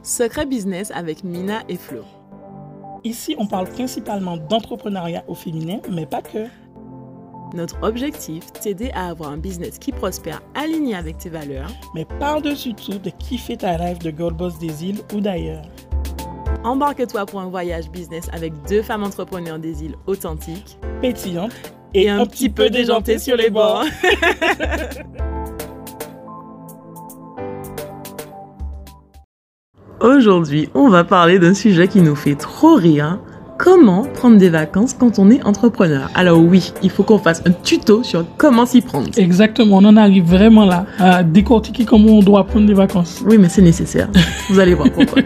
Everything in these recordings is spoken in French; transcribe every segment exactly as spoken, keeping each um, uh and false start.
Secret Business avec Mina et Flo. Ici, on parle principalement d'entrepreneuriat au féminin, mais pas que. Notre objectif, t'aider à avoir un business qui prospère aligné avec tes valeurs, mais par-dessus tout, de kiffer ta rêve de girl boss des îles ou d'ailleurs. Embarque-toi pour un voyage business avec deux femmes entrepreneurs des îles authentiques, pétillantes et, et un, un petit peu déjantées sur les bords. Aujourd'hui, on va parler d'un sujet qui nous fait trop rire. Comment prendre des vacances quand on est entrepreneur? Alors oui, il faut qu'on fasse un tuto sur comment s'y prendre. Exactement, on en arrive vraiment là, à décortiquer comment on doit prendre des vacances. Oui, mais c'est nécessaire. Vous allez voir pourquoi.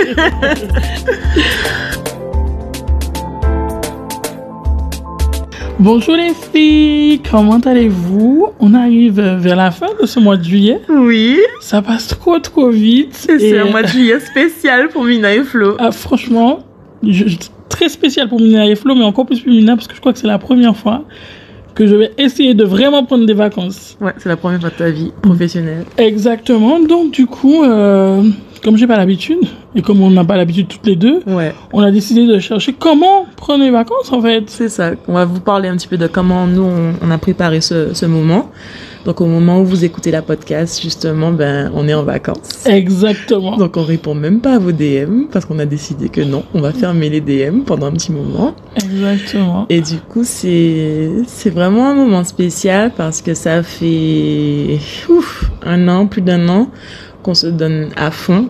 Bonjour les filles, comment allez-vous? On arrive vers la fin de ce mois de juillet. Oui. Ça passe trop trop vite. C'est et... un mois de juillet spécial pour Mina et Flo. Ah, franchement, je... très spécial pour Mina et Flo, mais encore plus pour Mina parce que je crois que c'est la première fois que je vais essayer de vraiment prendre des vacances. Ouais, c'est la première fois de ta vie professionnelle. Exactement. Donc du coup, euh, comme j'ai pas l'habitude et comme on n'a pas l'habitude toutes les deux, ouais. on a décidé de chercher comment prendre les vacances en fait. C'est ça. On va vous parler un petit peu de comment nous on, on a préparé ce, ce moment. Donc au moment où vous écoutez la podcast, justement, ben on est en vacances. Exactement. Donc on répond même pas à vos D M parce qu'on a décidé que non, on va fermer les D M pendant un petit moment. Exactement. Et du coup, c'est c'est vraiment un moment spécial parce que ça fait ouf, un an, plus d'un an qu'on se donne à fond.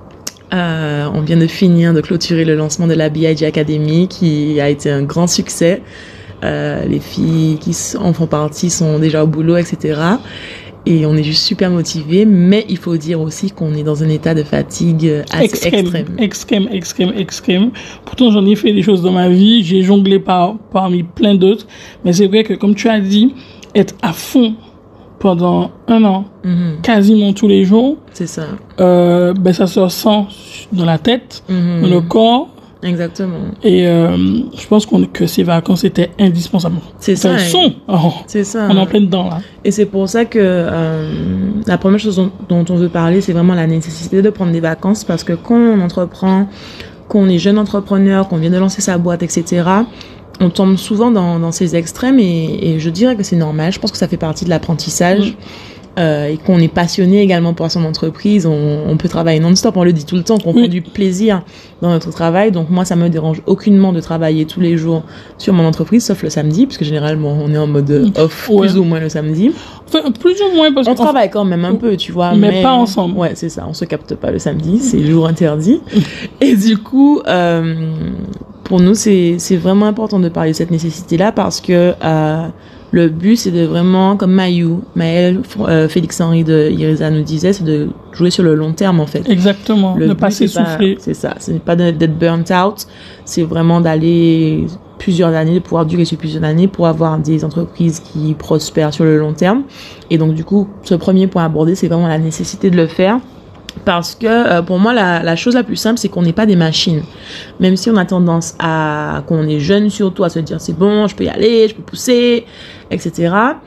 Euh, on vient de finir de clôturer le lancement de la B I G Academy qui a été un grand succès. Euh, les filles qui en font partie sont déjà au boulot, et cetera. Et on est juste super motivés, mais il faut dire aussi qu'on est dans un état de fatigue assez extrême. Extrême, extrême, extrême, extrême. Pourtant, j'en ai fait des choses dans ma vie, j'ai jonglé par, parmi plein d'autres, mais c'est vrai que, comme tu as dit, être à fond pendant un an, mm-hmm. quasiment tous les jours, c'est ça. Euh, ben ça se ressent dans la tête, mm-hmm. dans le corps. Exactement. Et euh, je pense qu'on, que ces vacances étaient indispensables. C'est ça. Elles sont. Oh, c'est ça. On est en plein dedans là. Et c'est pour ça que euh, la première chose dont, dont on veut parler, c'est vraiment la nécessité de prendre des vacances parce que quand on entreprend, qu'on est jeune entrepreneur, qu'on vient de lancer sa boîte, et cetera, on tombe souvent dans, dans ces extrêmes et, et je dirais que c'est normal. Je pense que ça fait partie de l'apprentissage. Mmh. Euh, et qu'on est passionné également pour son entreprise, on, on peut travailler non-stop, on le dit tout le temps, qu'on oui. prend du plaisir dans notre travail. Donc moi, ça me dérange aucunement de travailler tous les jours sur mon entreprise, sauf le samedi, puisque généralement, on est en mode off ouais. plus ou moins le samedi. Enfin, plus ou moins parce on travaille quand même un peu, tu vois. Mais, mais pas ensemble. Ouais, c'est ça, on se capte pas le samedi, c'est le jour interdit. Et du coup, euh, pour nous, c'est, c'est vraiment important de parler de cette nécessité-là parce que... Euh, le but, c'est de vraiment, comme Mayou, Maëlle, euh, Félix-Henri de Irisa nous disait, c'est de jouer sur le long terme, en fait. Exactement. Le ne but, pas s'essouffler. C'est ça. Ce n'est pas d'être burnt out. C'est vraiment d'aller plusieurs années, de pouvoir durer sur plusieurs années pour avoir des entreprises qui prospèrent sur le long terme. Et donc, du coup, ce premier point abordé, c'est vraiment la nécessité de le faire. Parce que euh, pour moi, la, la chose la plus simple, c'est qu'on n'est pas des machines. Même si on a tendance à, qu'on est jeune surtout, à se dire c'est bon, je peux y aller, je peux pousser, et cetera.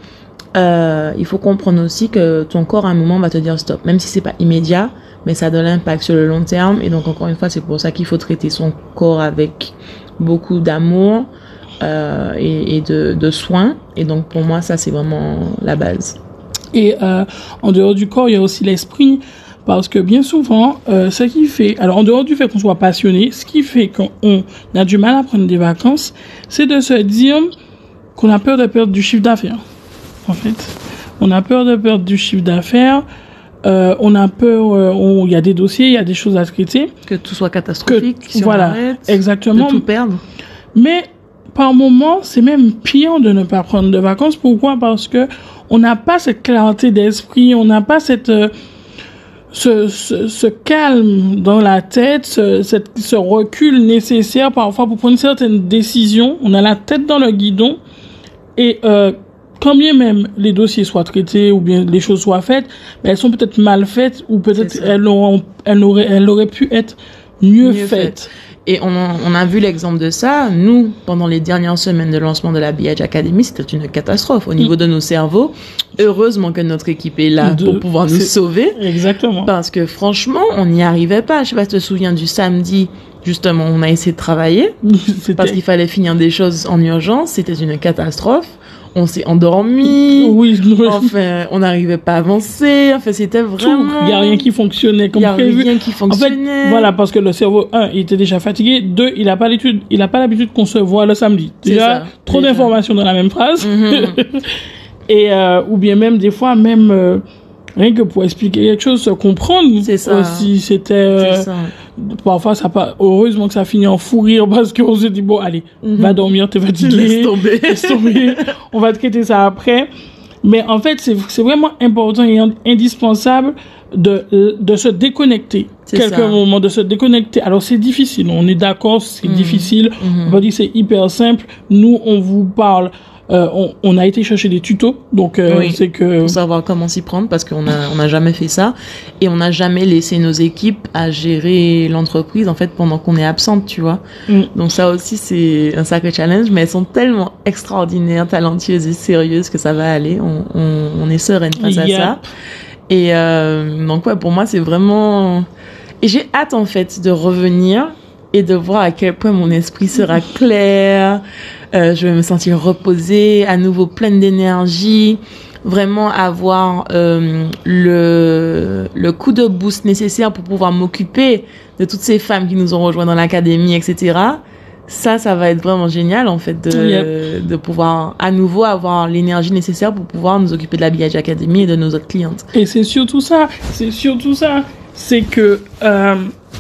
Euh, il faut comprendre aussi que ton corps à un moment va te dire stop, même si c'est pas immédiat, mais ça a de l'impact sur le long terme. Et donc encore une fois, c'est pour ça qu'il faut traiter son corps avec beaucoup d'amour euh, et, et de, de soins. Et donc pour moi, ça c'est vraiment la base. Et euh, en dehors du corps, il y a aussi l'esprit. Parce que bien souvent, euh, ce qui fait... Alors, en dehors du fait qu'on soit passionné, ce qui fait qu'on a du mal à prendre des vacances, c'est de se dire qu'on a peur de perdre du chiffre d'affaires. En fait, on a peur de perdre du chiffre d'affaires. Euh, on a peur... Il euh, y a des dossiers, il y a des choses à traiter. Que tout soit catastrophique. Que, si voilà, on arrête, exactement. De tout perdre. Mais par moment, c'est même pire de ne pas prendre de vacances. Pourquoi? Parce que on n'a pas cette clarté d'esprit, on n'a pas cette... Euh, Ce, ce, ce calme dans la tête, ce, cette, ce recul nécessaire parfois pour prendre certaines décisions. On a la tête dans le guidon et euh, quand bien même les dossiers soient traités ou bien les choses soient faites, ben elles sont peut-être mal faites ou peut-être elles, auront, elles, auraient, elles auraient pu être mieux, mieux faites. Fait. Et on, on a vu l'exemple de ça. Nous, pendant les dernières semaines de lancement de la B H Academy, c'était une catastrophe au niveau mmh. de nos cerveaux. Heureusement que notre équipe est là de, pour pouvoir nous sauver. Exactement. Parce que franchement, on n'y arrivait pas. Je sais pas si tu te souviens du samedi. Justement, on a essayé de travailler parce qu'il fallait finir des choses en urgence. C'était une catastrophe. On s'est endormi. Oui. Enfin, on n'arrivait pas à avancer. Enfin, c'était vraiment... Il n'y a rien qui fonctionnait comme prévu. Il n'y a rien qui fonctionnait. En fait, voilà, parce que le cerveau, un, il était déjà fatigué. Deux, il n'a pas l'habitude, il n'a pas l'habitude qu'on se voit le samedi. Déjà, ça, trop déjà. d'informations dans la même phrase. Mm-hmm. Et, euh, ou bien même, des fois, même, euh, rien que pour expliquer quelque chose, se comprendre. C'est ça. Aussi, c'était, euh, c'est ça. Parfois, ça pas, heureusement que ça finit en fou rire parce qu'on se dit, bon, allez, mm-hmm. va dormir, t'es fatigué. Laisse tomber. Laisse tomber. On va traiter ça après. Mais en fait, c'est, c'est vraiment important et indispensable de, de se déconnecter. C'est quelques ça. moments, de se déconnecter. Alors, c'est difficile. On est d'accord, c'est mm-hmm. difficile. Mm-hmm. On va dire que c'est hyper simple. Nous, on vous parle. Euh, on, on a été chercher des tutos, donc euh, oui, c'est que pour savoir comment s'y prendre, parce qu'on a on n'a jamais fait ça et on n'a jamais laissé nos équipes à gérer l'entreprise en fait pendant qu'on est absente, tu vois. Mm. Donc ça aussi c'est un sacré challenge, mais elles sont tellement extraordinaires, talentueuses et sérieuses que ça va aller. On on, on est sereine face yep. à ça. Et euh, donc ouais, pour moi c'est vraiment et j'ai hâte en fait de revenir et de voir à quel point mon esprit sera clair. Euh, je vais me sentir reposée, à nouveau pleine d'énergie, vraiment avoir euh, le le coup de boost nécessaire pour pouvoir m'occuper de toutes ces femmes qui nous ont rejoints dans l'académie, et cetera. Ça, ça va être vraiment génial en fait de yep. de pouvoir à nouveau avoir l'énergie nécessaire pour pouvoir nous occuper de la B H Academy et de nos autres clientes. Et c'est surtout ça, c'est surtout ça, c'est que euh,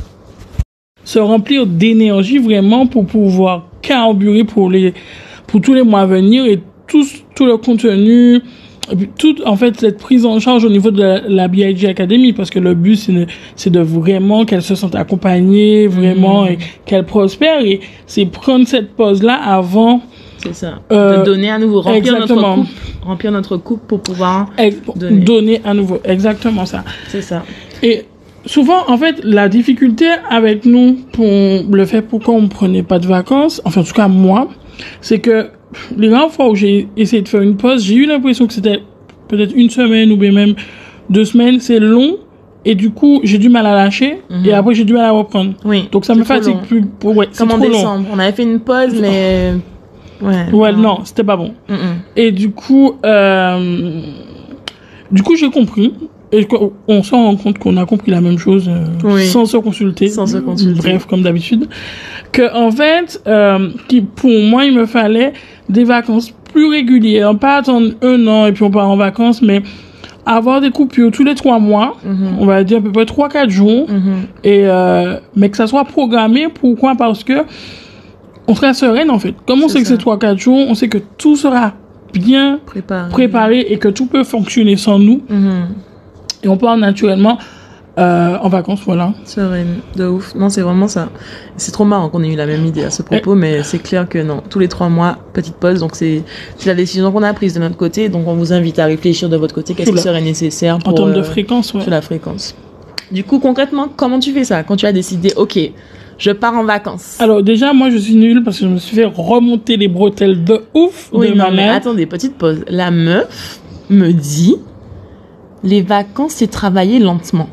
se remplir d'énergie vraiment pour pouvoir carburer pour les pour tous les mois à venir et tout tout le contenu, tout en fait cette prise en charge au niveau de la, la B I G Academy, parce que le but c'est de, c'est de vraiment qu'elle se sente accompagnée vraiment mmh. et qu'elle prospère, et c'est prendre cette pause là avant. C'est ça. Euh, de donner à nouveau, remplir exactement. notre coupe, remplir notre coupe pour pouvoir Ex- donner. donner à nouveau. Exactement ça. C'est ça. Et souvent, en fait, la difficulté avec nous, pour le fait pourquoi on ne prenait pas de vacances, enfin, en tout cas, moi, c'est que les rares fois où j'ai essayé de faire une pause, j'ai eu l'impression que c'était peut-être une semaine ou bien même deux semaines, c'est long, et du coup, j'ai du mal à lâcher, mm-hmm. et après, j'ai du mal à reprendre. Oui. Donc, ça me fatigue long. plus. Pour, ouais, Comme c'est en trop décembre. long. On avait fait une pause, mais... Ouais, ouais non, non c'était pas bon. Mm-mm. Et du coup, euh, du coup, j'ai compris. Et on s'en rend compte qu'on a compris la même chose euh, oui. sans se consulter. Sans se consulter. Bref, comme d'habitude. Que, en fait, euh, qui, pour moi, il me fallait des vacances plus régulières. Pas attendre un an et puis on part en vacances, mais avoir des coupures tous les trois mois. Mm-hmm. On va dire à peu près trois, quatre jours. Mm-hmm. Et, euh, mais que ça soit programmé. Pourquoi? Parce que on sera sereine, en fait. Comme on c'est sait ça. Que c'est trois, quatre jours, on sait que tout sera bien préparé, préparé et que tout peut fonctionner sans nous. Mm-hmm. Et on part naturellement euh, en vacances, voilà. Sereine, de ouf. Non, c'est vraiment ça. C'est trop marrant qu'on ait eu la même idée à ce propos, et... mais c'est clair que non. Tous les trois mois, petite pause. Donc c'est, c'est la décision qu'on a prise de notre côté. Donc on vous invite à réfléchir de votre côté. Qu'est-ce qui serait nécessaire pour... En termes de euh, fréquence, ouais. Sur la fréquence. Du coup, concrètement, comment tu fais ça? Quand tu as décidé, ok, je pars en vacances. Alors déjà, moi, je suis nulle parce que je me suis fait remonter les bretelles de ouf oui, de non, ma mais mère. Attendez, petite pause. La meuf me dit... Les vacances, c'est travailler lentement.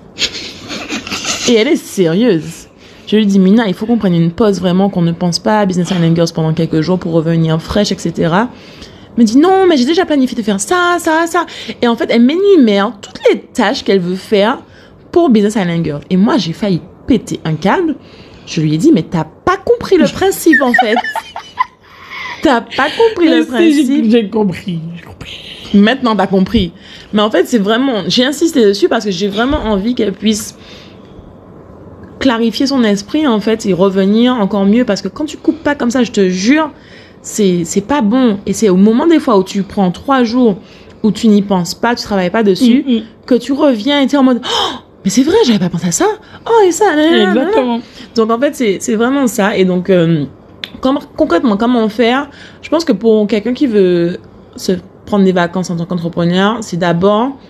Et elle est sérieuse. Je lui dis, Mina, il faut qu'on prenne une pause vraiment, qu'on ne pense pas à Business Island Girls pendant quelques jours pour revenir fraîche, et cetera. Elle me dit, non, mais j'ai déjà planifié de faire ça, ça, ça. Et en fait, elle m'énumère toutes les tâches qu'elle veut faire pour Business Island Girls. Et moi, j'ai failli péter un câble. Je lui ai dit, mais t'as pas compris le principe, en fait. T'as pas compris mais le principe. J'ai, j'ai compris, j'ai compris. Maintenant, t'as compris. Mais en fait, c'est vraiment... J'ai insisté dessus parce que j'ai vraiment envie qu'elle puisse clarifier son esprit, en fait, et revenir encore mieux. Parce que quand tu coupes pas comme ça, je te jure, c'est, c'est pas bon. Et c'est au moment des fois où tu prends trois jours où tu n'y penses pas, tu travailles pas dessus, mm-hmm. que tu reviens et t'es en mode... Oh, mais c'est vrai, j'avais pas pensé à ça. Oh, et ça... Là, exactement. Là. Donc, en fait, c'est, c'est vraiment ça. Et donc, euh, comment, concrètement, comment faire? Je pense que pour quelqu'un qui veut se... prendre des vacances en tant qu'entrepreneur, c'est d'abord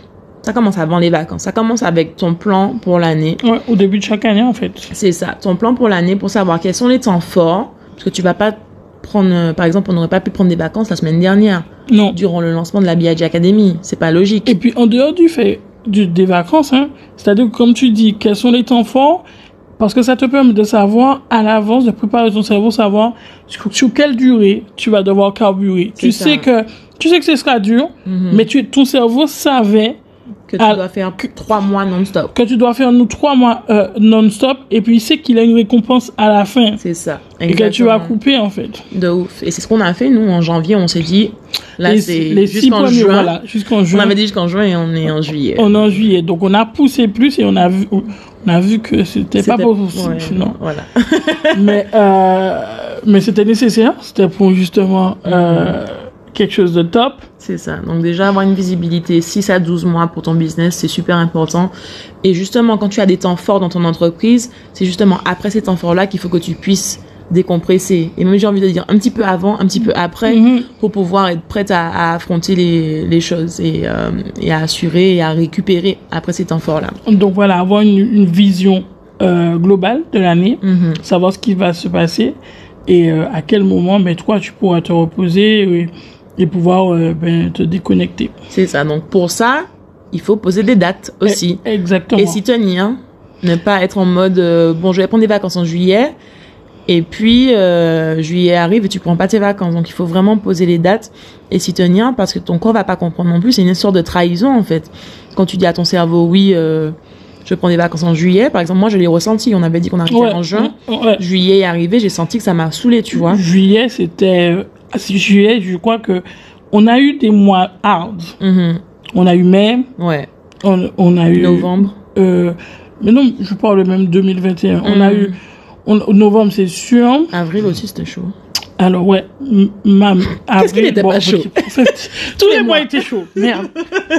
Ça commence avant les vacances. Ça commence avec ton plan pour l'année. Ouais, au début de chaque année, en fait. C'est ça. Ton plan pour l'année pour savoir quels sont les temps forts. Parce que tu vas pas prendre, euh, par exemple, on n'aurait pas pu prendre des vacances la semaine dernière. Non. Durant le lancement de la B I G Academy. C'est pas logique. Et puis, en dehors du fait du, des vacances, hein, c'est-à-dire que, comme tu dis, quels sont les temps forts, parce que ça te permet de savoir à l'avance, de préparer ton cerveau, savoir sur, sur quelle durée tu vas devoir carburer. C'est Tu ça. sais que, tu sais que ce sera dur, Mhm. mais tu, ton cerveau savait Que tu à- dois faire trois mois non-stop. que tu dois faire nous trois mois euh, non-stop, et puis il sait qu'il a une récompense à la fin. C'est ça. Et que tu vas Exactement. couper, en fait. De ouf. Et c'est ce qu'on a fait, nous, en janvier. On s'est dit, là, les, c'est les six jusqu'en premiers, juin. voilà, jusqu'en On juin. avait dit jusqu'en juin et on est en juillet. On est en juillet. Donc, on a poussé plus et on a vu, on a vu que c'était pas C'était- possible. ouais, non. Voilà. mais, euh, mais c'était nécessaire. C'était pour justement, euh, quelque chose de top. C'est ça. Donc déjà, avoir une visibilité six à douze mois pour ton business, c'est super important. Et justement, quand tu as des temps forts dans ton entreprise, c'est justement après ces temps forts-là qu'il faut que tu puisses décompresser. Et même, j'ai envie de dire, un petit peu avant, un petit peu après, Mhm. pour pouvoir être prête à, à affronter les, les choses et, euh, et à assurer et à récupérer après ces temps forts-là. Donc, voilà, avoir une, une vision, euh, globale de l'année. Mhm. Savoir ce qui va se passer et euh, à quel moment, ben, toi, tu pourras te reposer et, et pouvoir, euh, ben, te déconnecter. C'est ça. Donc pour ça, il faut poser des dates aussi. Et- exactement. Et s'y tenir. Ne pas être en mode, euh, bon, je vais prendre des vacances en juillet. Et puis, euh, juillet arrive et tu prends pas tes vacances. Donc, il faut vraiment poser les dates et s'y tenir parce que ton corps va pas comprendre non plus. C'est une sorte de trahison, en fait. Quand tu dis à ton cerveau, oui, euh, je prends des vacances en juillet. Par exemple, moi, je l'ai ressenti. On avait dit qu'on arrivait Ouais, en juin. ouais. Juillet est arrivé. J'ai senti que ça m'a saoulé, tu vois. Juillet, c'était, euh, c'est juillet, je crois que on a eu des mois hard. Mhm. On a eu mai, Ouais. on, on a eu Novembre. euh, mais non, je parle même deux mille vingt et un. On a Mhm. eu on, novembre, c'est sûr. Avril aussi, c'était chaud. Alors ouais, m- ma Qu'est-ce qu'il avril, était pas chaud? en fait, tous les mois étaient chauds. Merde.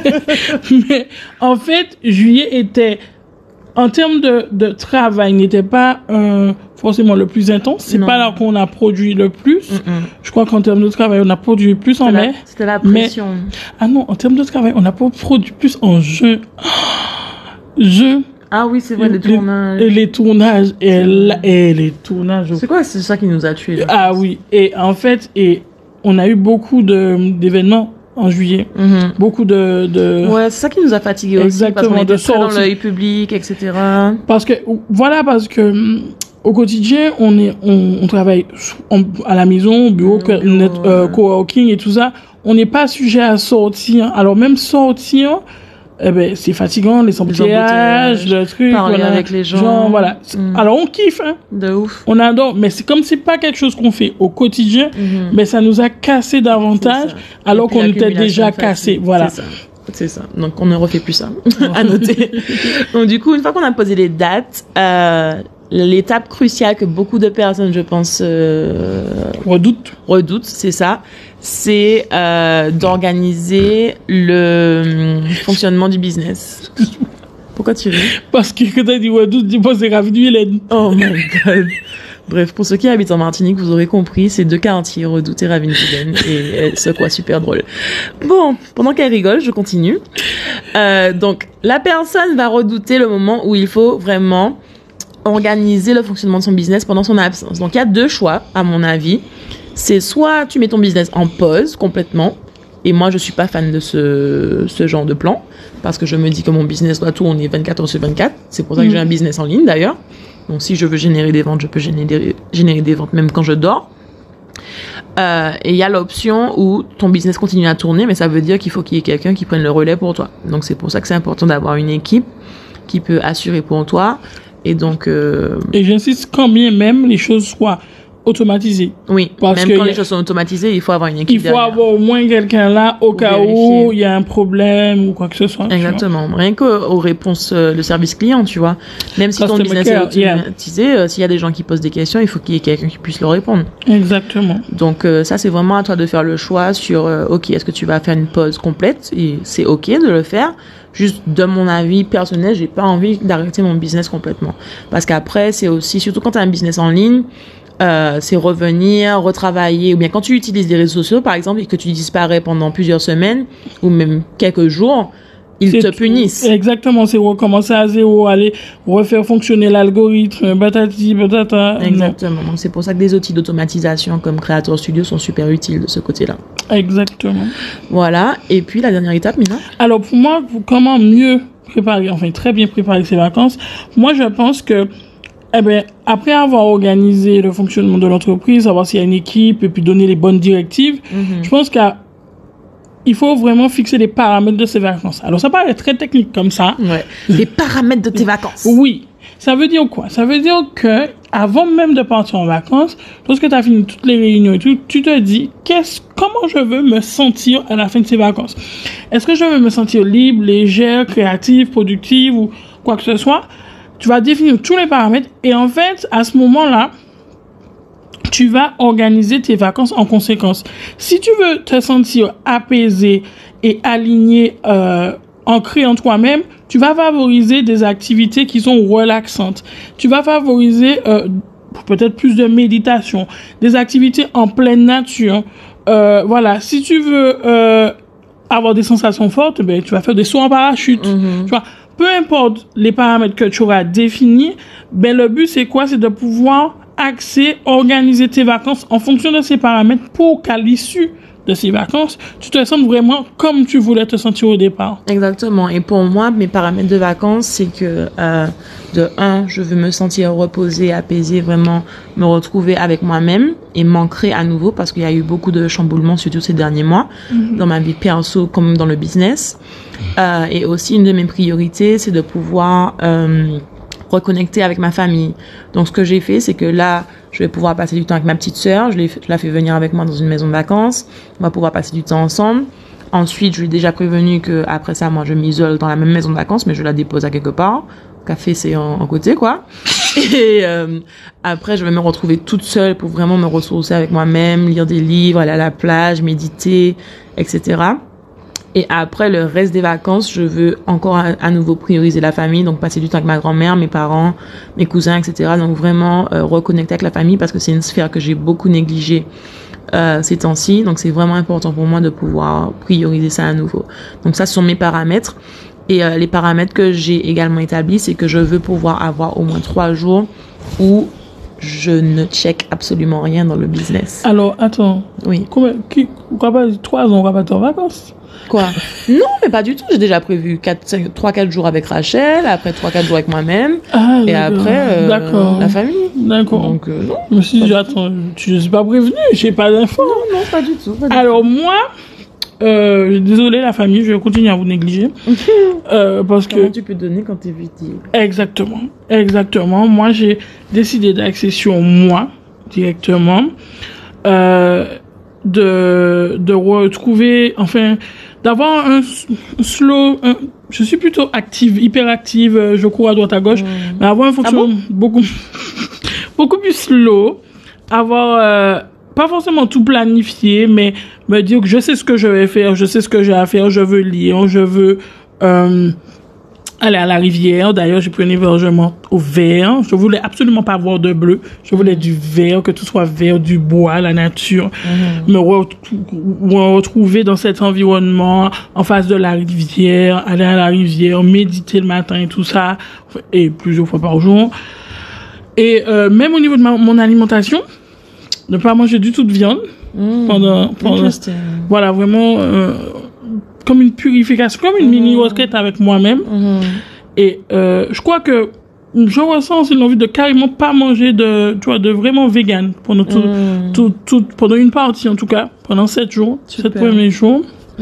Mais en fait, juillet était en termes de, de travail n'était pas euh, forcément le plus intense. C'est Non. pas là qu'on a produit le plus. Mm-mm. Je crois qu'en termes de travail, on a produit plus en C'était la- mai. C'était la mais- pression. Ah non, en termes de travail, on a pas produit plus en juin. Juin. Ah oui, c'est vrai, les tournages. Et les tournages. Et, C'est la- vrai. et les tournages. C'est quoi, c'est ça qui nous a tués. là. Ah oui. Et en fait, et on a eu beaucoup de d'événements en juillet. Mhm. Beaucoup de, de... Ouais, c'est ça qui nous a fatigués aussi. Parce Exactement, qu'on était de très dans sorties. l'œil public, et cetera. Parce que, voilà, parce que hum, au quotidien, on est, on, on travaille en- à la maison, au bureau, Au que- bureau, net, euh, ouais. coworking et tout ça. On n'est pas sujet à sortir. Alors même sortir, eh ben, c'est fatigant, les embouteillages, embouteillages, le truc. parler voilà. avec les gens. Genre, voilà. Mm. Alors on kiffe, hein. De ouf. On adore, mais c'est comme c'est pas quelque chose qu'on fait au quotidien, Mhm. mais ça nous a cassé davantage, C'est ça. alors Et puis qu'on était l'accumulation déjà de fatigue. cassé. Voilà. C'est ça. C'est ça. Donc, on ne refait plus ça. À noter. Donc, du coup, une fois qu'on a posé les dates, euh, l'étape cruciale que beaucoup de personnes, je pense, euh, Redoute. redoutent, c'est ça, c'est euh, d'organiser le hum, fonctionnement du business. Pourquoi tu ris? Parce que quand t'as dit redoute, dis-moi c'est grave Hélène. Oh my god. Bref, pour ceux qui habitent en Martinique, vous aurez compris, c'est deux quartiers, Redoute et Ravine-Vilaine, et elle se croit super drôle. Bon, pendant qu'elle rigole, je continue. Euh, donc, la personne va redouter le moment où il faut vraiment organiser le fonctionnement de son business pendant son absence. Donc, il y a deux choix, à mon avis. C'est soit tu mets ton business en pause complètement, et moi, je suis pas fan de ce, ce genre de plan, parce que je me dis que mon business doit tourner vingt-quatre heures sur vingt-quatre. C'est pour ça que Mhm. j'ai un business en ligne, d'ailleurs. Donc, si je veux générer des ventes, je peux générer, générer des ventes même quand je dors. Euh, et il y a l'option où ton business continue à tourner, mais ça veut dire qu'il faut qu'il y ait quelqu'un qui prenne le relais pour toi. Donc, c'est pour ça que c'est important d'avoir une équipe qui peut assurer pour toi. Et donc, euh, Et j'insiste quand bien même les choses soient automatisées. oui, Parce même que quand y a- les choses sont automatisées, il faut avoir une équipe Il faut derrière. avoir au moins quelqu'un là au Pour cas vérifier. où il y a un problème ou quoi que ce soit. tu vois. Exactement. Rien qu'aux réponses euh, de service client, tu vois. Même si ton Customer business care, est automatisé, euh, s'il y a des gens qui posent des questions, il faut qu'il y ait quelqu'un qui puisse leur répondre. Exactement. Donc euh, ça, c'est vraiment à toi de faire le choix sur, euh, ok, est-ce que tu vas faire une pause complète? Et c'est ok de le faire. Juste de mon avis personnel, j'ai pas envie d'arrêter mon business complètement. Parce qu'après, c'est aussi, surtout quand tu as un business en ligne, euh, c'est revenir, retravailler, ou bien quand tu utilises les réseaux sociaux, par exemple, et que tu disparais pendant plusieurs semaines, ou même quelques jours, Ils c'est te punissent. Exactement, c'est recommencer à zéro, aller refaire fonctionner l'algorithme, batati, batata. Exactement. Donc, c'est pour ça que des outils d'automatisation comme Creator Studio sont super utiles de ce côté-là. Exactement. Voilà. Et puis, la dernière étape, Mina? Alors, pour moi, comment mieux préparer, enfin, très bien préparer ses vacances, moi, je pense que, eh ben, après avoir organisé le fonctionnement de l'entreprise, savoir s'il y a une équipe et puis donner les bonnes directives, mm-hmm. je pense qu'à il faut vraiment fixer les paramètres de ses vacances. Alors, ça paraît très technique comme ça. Ouais. Les paramètres de tes vacances. Oui. Ça veut dire quoi? Ça veut dire que, avant même de partir en vacances, lorsque tu as fini toutes les réunions et tout, tu te dis, qu'est-ce, comment je veux me sentir à la fin de ces vacances? Est-ce que je veux me sentir libre, légère, créative, productive ou quoi que ce soit? Tu vas définir tous les paramètres et en fait, à ce moment-là, tu vas organiser tes vacances en conséquence. Si tu veux te sentir apaisé et aligné, euh, ancré en toi-même, tu vas favoriser des activités qui sont relaxantes. Tu vas favoriser euh, peut-être plus de méditation, des activités en pleine nature. Euh, voilà, si tu veux euh, avoir des sensations fortes, ben tu vas faire des sauts en parachute. Mm-hmm. Tu vois, peu importe les paramètres que tu auras définis, ben le but c'est quoi? C'est de pouvoir axer, organiser tes vacances en fonction de ces paramètres pour qu'à l'issue de ces vacances, tu te sentes vraiment comme tu voulais te sentir au départ. Exactement. Et pour moi, mes paramètres de vacances, c'est que euh, de un, je veux me sentir reposée, apaisée, vraiment me retrouver avec moi-même et m'ancrer à nouveau parce qu'il y a eu beaucoup de chamboulements, surtout ces derniers mois, mm-hmm. dans ma vie perso comme dans le business. Euh, et aussi, une de mes priorités, c'est de pouvoir euh, reconnecter avec ma famille. Donc, ce que j'ai fait, c'est que là, je vais pouvoir passer du temps avec ma petite sœur. Je l'ai, je la fais venir avec moi dans une maison de vacances. On va pouvoir passer du temps ensemble. Ensuite, je lui ai déjà prévenu que après ça, moi, je m'isole dans la même maison de vacances, mais je la dépose à quelque part. Café, c'est en, en côté, quoi. Et euh, après, je vais me retrouver toute seule pour vraiment me ressourcer avec moi-même, lire des livres, aller à la plage, méditer, et cetera. Et après, le reste des vacances, je veux encore à, à nouveau prioriser la famille, donc passer du temps avec ma grand-mère, mes parents, mes cousins, et cetera. Donc vraiment euh, reconnecter avec la famille parce que c'est une sphère que j'ai beaucoup négligée euh, ces temps-ci. Donc c'est vraiment important pour moi de pouvoir prioriser ça à nouveau. Donc ça, ce sont mes paramètres. Et euh, les paramètres que j'ai également établis, c'est que je veux pouvoir avoir au moins trois jours où je ne check absolument rien dans le business. Alors, attends. Oui. Combien, qui, pourquoi pas trois ans, on va pas en vacances? Quoi? Non, mais pas du tout. J'ai déjà prévu trois quatre jours avec Rachel, après trois quatre jours avec moi-même, ah, et après euh, la famille. D'accord. Donc, euh, non. Je me suis dit, attends, tu ne suis pas prévenu, j'ai pas d'infos. Non, non, pas du tout. Pas du Alors, tout. moi, euh, désolé la famille, je vais continuer à vous négliger. euh, parce Comment que tu peux donner quand t'es victime? Exactement. Exactement. Moi, j'ai décidé d'axer sur moi, directement. Euh, de, de retrouver, enfin, d'avoir un slow, un, je suis plutôt active, hyper active, je cours à droite à gauche, mmh. mais avoir un fonctionnement ah bon beaucoup, beaucoup plus slow, avoir, euh, pas forcément tout planifié, mais me dire que je sais ce que je vais faire, je sais ce que j'ai à faire, je veux lire, je veux, euh, aller à la rivière. D'ailleurs, j'ai pris un hébergement au vert. Je voulais absolument pas avoir de bleu. Je voulais du vert, que tout soit vert, du bois, la nature. Mm-hmm. Me re- me retrouver dans cet environnement, en face de la rivière, aller à la rivière, méditer le matin et tout ça, et plusieurs fois par jour. Et euh, même au niveau de ma, mon alimentation, ne pas manger du tout de viande mm. pendant, pendant voilà, vraiment euh, comme une purification, comme une mmh. mini retraite avec moi-même. Mmh. Et euh, je crois que je ressens aussi l'envie de carrément pas manger de, tu vois, de vraiment vegan pendant tout, mmh. tout, tout, pendant une partie en tout cas, pendant sept jours, sept premiers jours. Mmh.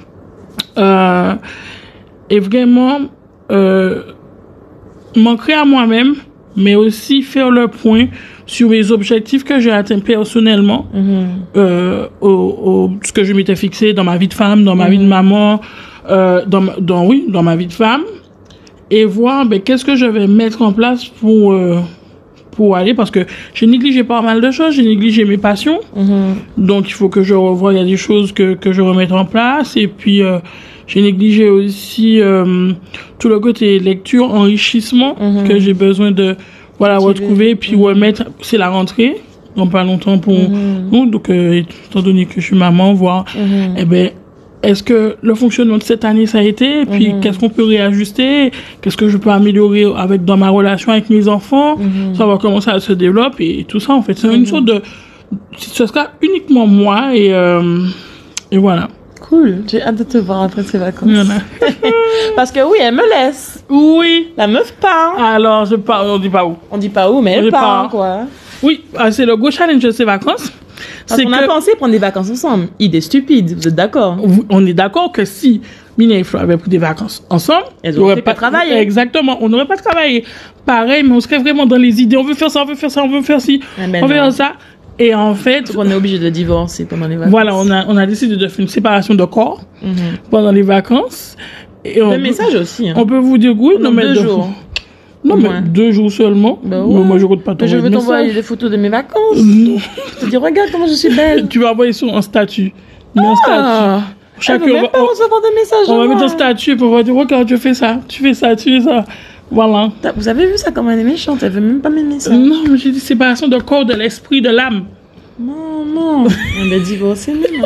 Euh, et vraiment euh, m'ancrer à moi-même, mais aussi faire le point sur les objectifs que j'ai atteints personnellement, mmh. euh, au, au, ce que je m'étais fixé dans ma vie de femme, dans ma mmh. vie de maman, euh, dans, dans, oui, dans ma vie de femme, et voir, ben, qu'est-ce que je vais mettre en place pour, euh, pour aller, parce que j'ai négligé pas mal de choses, j'ai négligé mes passions, mmh. donc il faut que je revoie, il y a des choses que, que je remette en place, et puis, euh, j'ai négligé aussi, euh, tout le côté lecture, enrichissement, mmh. que j'ai besoin de, voilà, retrouver, puis mmh. remettre, c'est la rentrée, dans pas longtemps pour mmh. nous, donc, euh, étant donné que je suis maman, voir, mmh. eh ben, est-ce que le fonctionnement de cette année ça a été, et puis mm-hmm. qu'est-ce qu'on peut réajuster, qu'est-ce que je peux améliorer avec dans ma relation avec mes enfants, mm-hmm. ça va commencer à se développer et tout ça en fait. C'est mm-hmm. une sorte de, ce sera uniquement moi et euh, et voilà. Cool, j'ai hâte de te voir après ces vacances. Voilà. Parce que oui, elle me laisse. Oui. La meuf part. Alors je pars, on dit pas où. On dit pas où, mais elle part quoi. Oui, c'est le Go Challenge de ces vacances. Parce qu'on que... a pensé prendre des vacances ensemble. Idée stupide, vous êtes d'accord? On est d'accord que si Mina et Flo avaient pris des vacances ensemble, elles n'auraient pas travaillé. Exactement, on n'aurait pas travaillé. Pareil, mais on serait vraiment dans les idées. On veut faire ça, on veut faire ça, on veut faire ci, ah ben on veut faire ça. Et en fait... Donc on est obligé de divorcer pendant les vacances. Voilà, on a, on a décidé de faire une séparation de corps mm-hmm. pendant les vacances. Et on le message aussi. Hein. On peut vous dire oui, non, mais deux jours. Non, mais ouais. deux jours seulement. Bah ouais. Mais moi, je compte pas ton Je veux t'envoyer des photos de mes vacances. Non. Je te dis, regarde comment je suis belle. Tu vas envoyer sur un statut. Mais un ah. statut. Chacun va même pas recevoir des messages. On va mettre un statut pour dire, regarde, tu fais ça, tu fais ça, tu fais ça. Voilà. Vous avez vu ça comme elle est méchante, elle veut même pas m'aimer ça. Non, mais j'ai dit séparation de corps, de l'esprit, de l'âme. Non, non. On a divorcé même,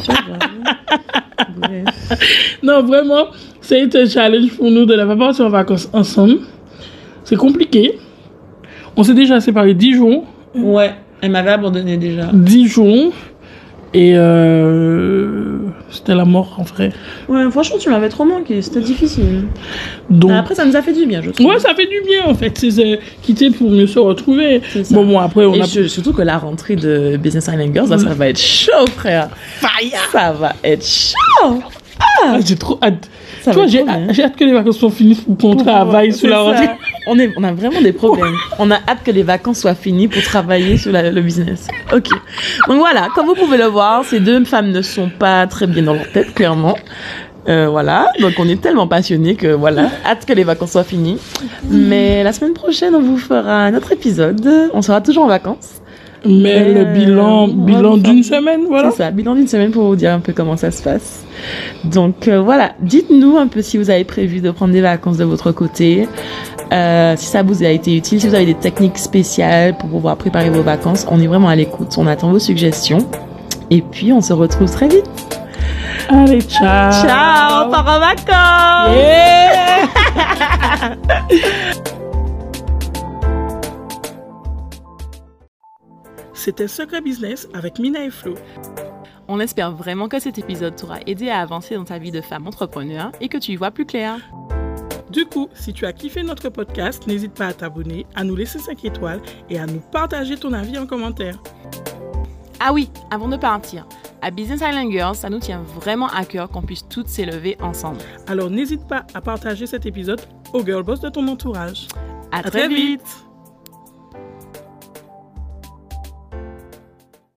Bref. Non, vraiment, c'est un challenge pour nous de ne pas partir en vacances ensemble. C'est compliqué. On s'est déjà séparés dix jours. Ouais, elle m'avait abandonné déjà. dix jours. Et euh, c'était la mort en vrai. Ouais, franchement, tu m'avais trop manqué. C'était difficile. Donc, après, ça nous a fait du bien, je trouve. Ouais, ça fait du bien en fait. C'est quitter pour mieux se retrouver. Bon, bon, après, on Et a. Je, surtout que la rentrée de Business Island Girls, là, ça va être chaud, frère. Fire! Ça va être chaud! Ah, j'ai trop hâte. Ça tu vois, j'ai hâte, hâte que les vacances soient finies pour qu'on pour travaille sur la rentrée. On, est, on a vraiment des problèmes. On a hâte que les vacances soient finies pour travailler sur la, le business. Ok. Donc voilà, comme vous pouvez le voir, ces deux femmes ne sont pas très bien dans leur tête, clairement. Euh, voilà. Donc on est tellement passionnés que voilà, hâte que les vacances soient finies. Mais la semaine prochaine, on vous fera un autre épisode. On sera toujours en vacances. Mais euh, le bilan, bilan d'une semaine, voilà. C'est ça, bilan d'une semaine pour vous dire un peu comment ça se passe. Donc euh, voilà, dites-nous un peu si vous avez prévu de prendre des vacances de votre côté, euh, si ça vous a été utile, si vous avez des techniques spéciales pour pouvoir préparer vos vacances. On est vraiment à l'écoute, on attend vos suggestions. Et puis on se retrouve très vite. Allez, ciao. Ciao, on part en vacances. Yeah. C'était Secret Business avec Mina et Flo. On espère vraiment que cet épisode t'aura aidé à avancer dans ta vie de femme entrepreneur et que tu y vois plus clair. Du coup, si tu as kiffé notre podcast, n'hésite pas à t'abonner, à nous laisser cinq étoiles et à nous partager ton avis en commentaire. Ah oui, avant de partir, à Business Island Girls, ça nous tient vraiment à cœur qu'on puisse toutes s'élever ensemble. Alors n'hésite pas à partager cet épisode aux girl boss de ton entourage. À, à très, très vite, vite.